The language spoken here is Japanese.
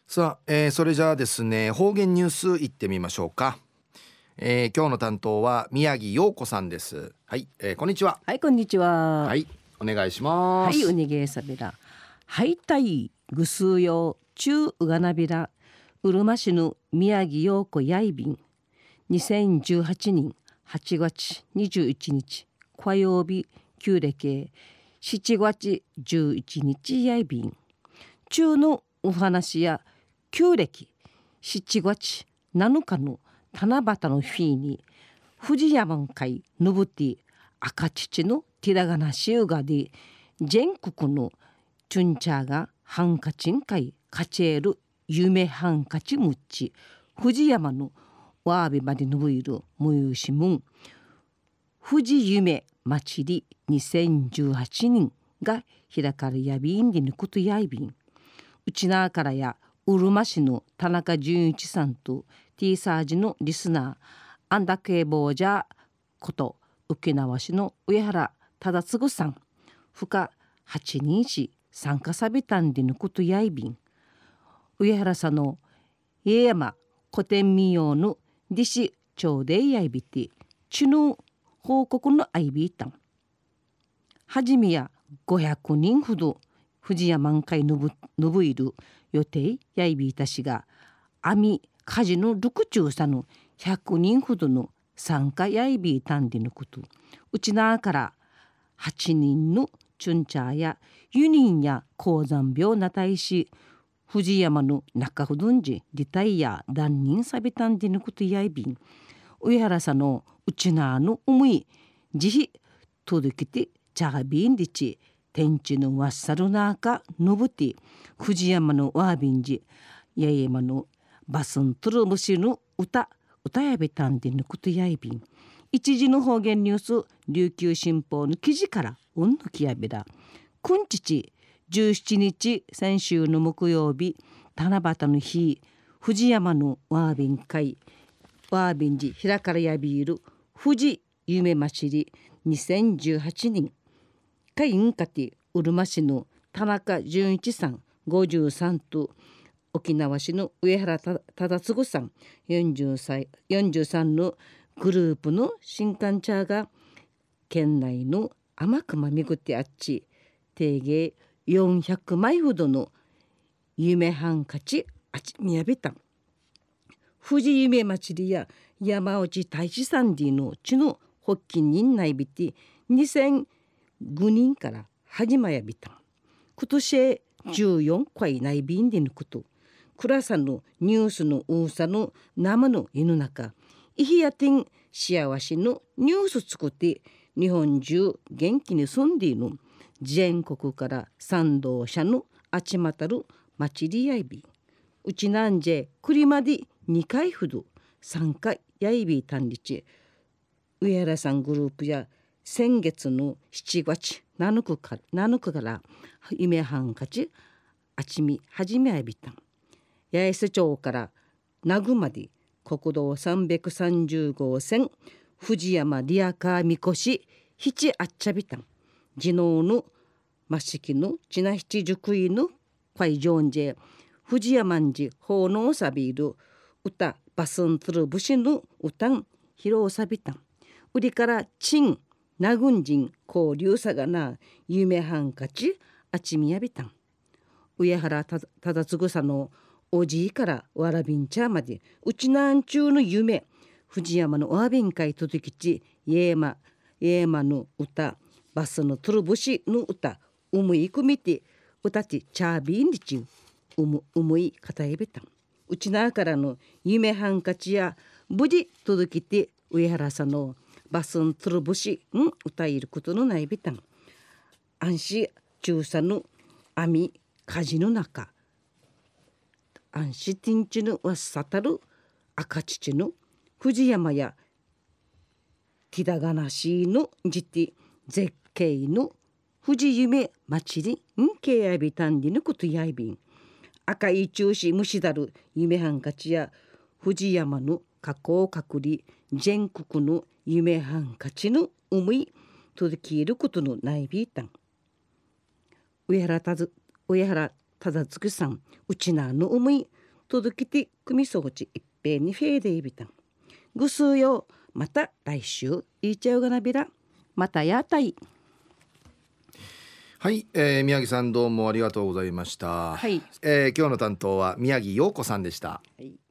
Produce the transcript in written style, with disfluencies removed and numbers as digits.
さあ、それじゃあですね、方言ニュースいってみましょうか。今日の担当は宮城陽子さんです。はい、こんにちは。 はい、こんにちは。 はい、お願いしはい、うます。 にげさびら。はいたいぐすうよう中うがなびら。うるま市の宮城陽子やいびん。2018年8月21日火曜日旧暦7月11日やいびん。中のお話や旧暦7月7日の七夕の日に富士山会ぬぶて赤父のティラガナシウガで全国のチュンチャーがハンカチン会カチェール夢ハンカチムッチ富士山のワービまでぬぶいるむゆしむん富士夢祭り2018年が開かれやびんでぬことやいびんうちなからやうるま市の田中純一さんと T サージのリスナーアンダケーボージャーこと沖縄市の上原忠次さんふか8人し参加さびたんでぬことやいびん上原さんの家山古典民謡の弟子長でやいびてちの報告のあいびいたんはじめや500人ほど富士山会のぶいる予定やいびいたしが網家事の六中さの100人ほどの参加やいびいたんでのことうちなから8人のチュンチャーやユニンや高山病なたいし富士山の中ほどんじリタイヤ断人さびたんでのことやいびん上原さんのうちなの思い慈悲届けてチャービンでち天地のわっさるなかのぶて富士山のわびんじ八重山のバスントルムシの歌やべたんでぬことやいびん一時の方言ニュース琉球新報の記事からうんぬきやべだくんちち17日先週の木曜日七夕の日富士山のわびん会わびんじひらからやびいる富士夢祭り2018年会員かてうるま市の田中純一さん53と沖縄市の上原忠次さん43のグループの新刊茶が県内の天熊めぐってあっち定芸400枚ほどの夢ハンカチあちみやべたん富士夢祭りや山内大使さんでのちの発起人内びて2005人から始まやびたん今年14回内便でのこと倉さんのニュースの多さの生の犬中いひやてん幸せのニュース作って日本中元気に住んでいる全国から賛同者のあちまたる祭りやいびうちなんじえくりまで2回ほど3回やいびたんりち上原さんグループや先月の7月7日から夢ハンカチあちみはじめやびたん八重洲町から名護まで国道330号線富士山リアカーみこし七あっちゃびたん地能のましきのちな七塾医の会場んじ富士山んじ奉納さびる歌バスントル武士の歌ん披露さびたん売りからチンなぐんじん交流さがな夢ハンカチあちみやびたん上原忠次さのおじいからわらびんちゃまでうちなんちゅうの夢富士山のわびん会とときちええまの歌バスのトルブシの歌思い込みて歌ってチャービンリチュ思いかえべたんうちなからの夢ハンカチや無事届けて上原さんのバスントルブシん歌えることのないべたん安心中佐の網火事の中安心ティンチのわっさたる赤父の富士山や木田がなしのじて絶景の富士夢祭りんけやびたんりのことやいびん赤い中止虫だる夢ハンカチや富士山の火口隔離全国の夢ハンカチの思い届けることのないびいたん上原忠次さんうちなの思い届きて組装置一平にフェーデイビタンぐすうよまた来週いいちゃうがなびらまたやたい。 はい、宮城さんどうもありがとうございました。 はい、 今日の担当は宮城陽子さんでした。 はい。